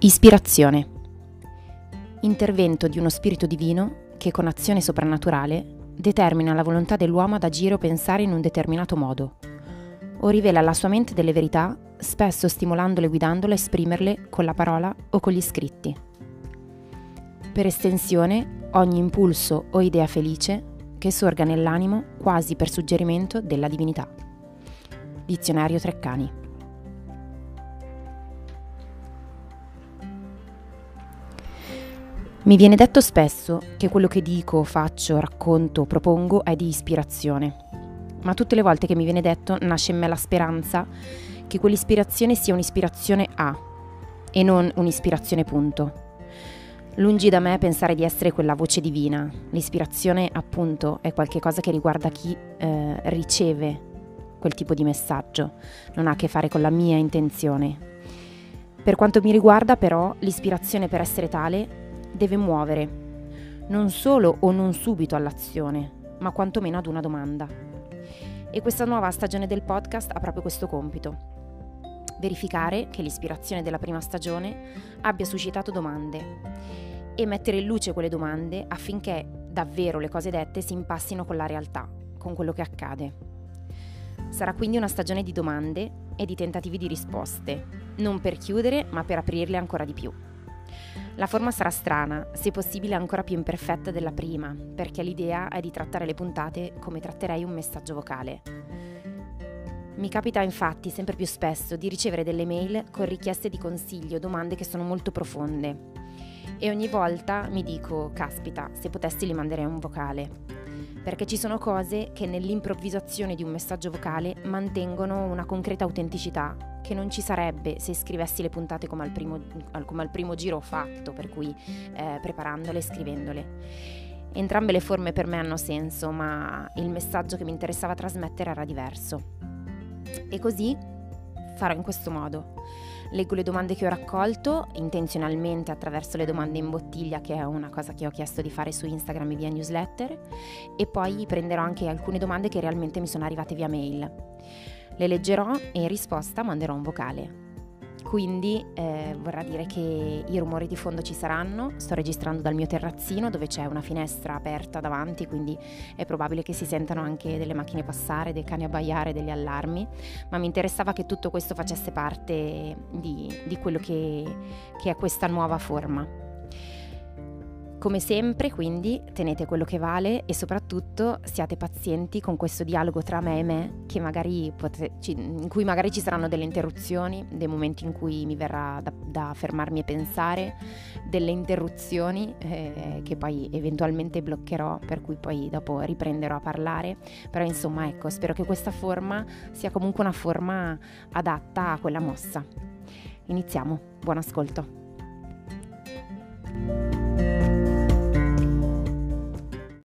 Ispirazione. Intervento di uno spirito divino che con azione soprannaturale determina la volontà dell'uomo ad agire o pensare in un determinato modo, o rivela alla sua mente delle verità, spesso stimolandolo e guidandolo a esprimerle con la parola o con gli scritti. Per estensione, ogni impulso o idea felice che sorga nell'animo quasi per suggerimento della divinità. Dizionario Treccani. Mi viene detto spesso che quello che dico, faccio, racconto, propongo è di ispirazione, ma tutte le volte che mi viene detto nasce in me la speranza che quell'ispirazione sia un'ispirazione a e non un'ispirazione punto. Lungi da me pensare di essere quella voce divina. L'ispirazione, appunto, è qualcosa che riguarda chi riceve quel tipo di messaggio, non ha a che fare con la mia intenzione. Per quanto mi riguarda, però, l'ispirazione, per essere tale, deve muovere, non solo o non subito all'azione, ma quantomeno ad una domanda. E questa nuova stagione del podcast ha proprio questo compito: verificare che l'ispirazione della prima stagione abbia suscitato domande e mettere in luce quelle domande affinché davvero le cose dette si impassino con la realtà, con quello che accade. Sarà quindi una stagione di domande e di tentativi di risposte, non per chiudere, ma per aprirle ancora di più. La forma sarà strana, se possibile ancora più imperfetta della prima, perché l'idea è di trattare le puntate come tratterei un messaggio vocale. Mi capita infatti sempre più spesso di ricevere delle mail con richieste di consiglio, domande che sono molto profonde. E ogni volta mi dico, caspita, se potessi li manderei un vocale. Perché ci sono cose che nell'improvvisazione di un messaggio vocale mantengono una concreta autenticità che non ci sarebbe se scrivessi le puntate come al primo giro ho fatto, per cui preparandole e scrivendole. Entrambe le forme per me hanno senso, ma il messaggio che mi interessava trasmettere era diverso. E così farò in questo modo. Leggo le domande che ho raccolto intenzionalmente attraverso le domande in bottiglia, che è una cosa che ho chiesto di fare su Instagram e via newsletter, e poi prenderò anche alcune domande che realmente mi sono arrivate via mail. Le leggerò e in risposta manderò un vocale. Quindi vorrà dire che i rumori di fondo ci saranno. Sto registrando dal mio terrazzino dove c'è una finestra aperta davanti, quindi è probabile che si sentano anche delle macchine passare, dei cani abbaiare, degli allarmi, ma mi interessava che tutto questo facesse parte di quello che è questa nuova forma. Come sempre, quindi, tenete quello che vale e soprattutto siate pazienti con questo dialogo tra me e me, che magari in cui magari ci saranno delle interruzioni, dei momenti in cui mi verrà da fermarmi e pensare, delle interruzioni che poi eventualmente bloccherò, per cui poi dopo riprenderò a parlare. Però insomma, ecco, spero che questa forma sia comunque una forma adatta a quella mossa. Iniziamo, buon ascolto.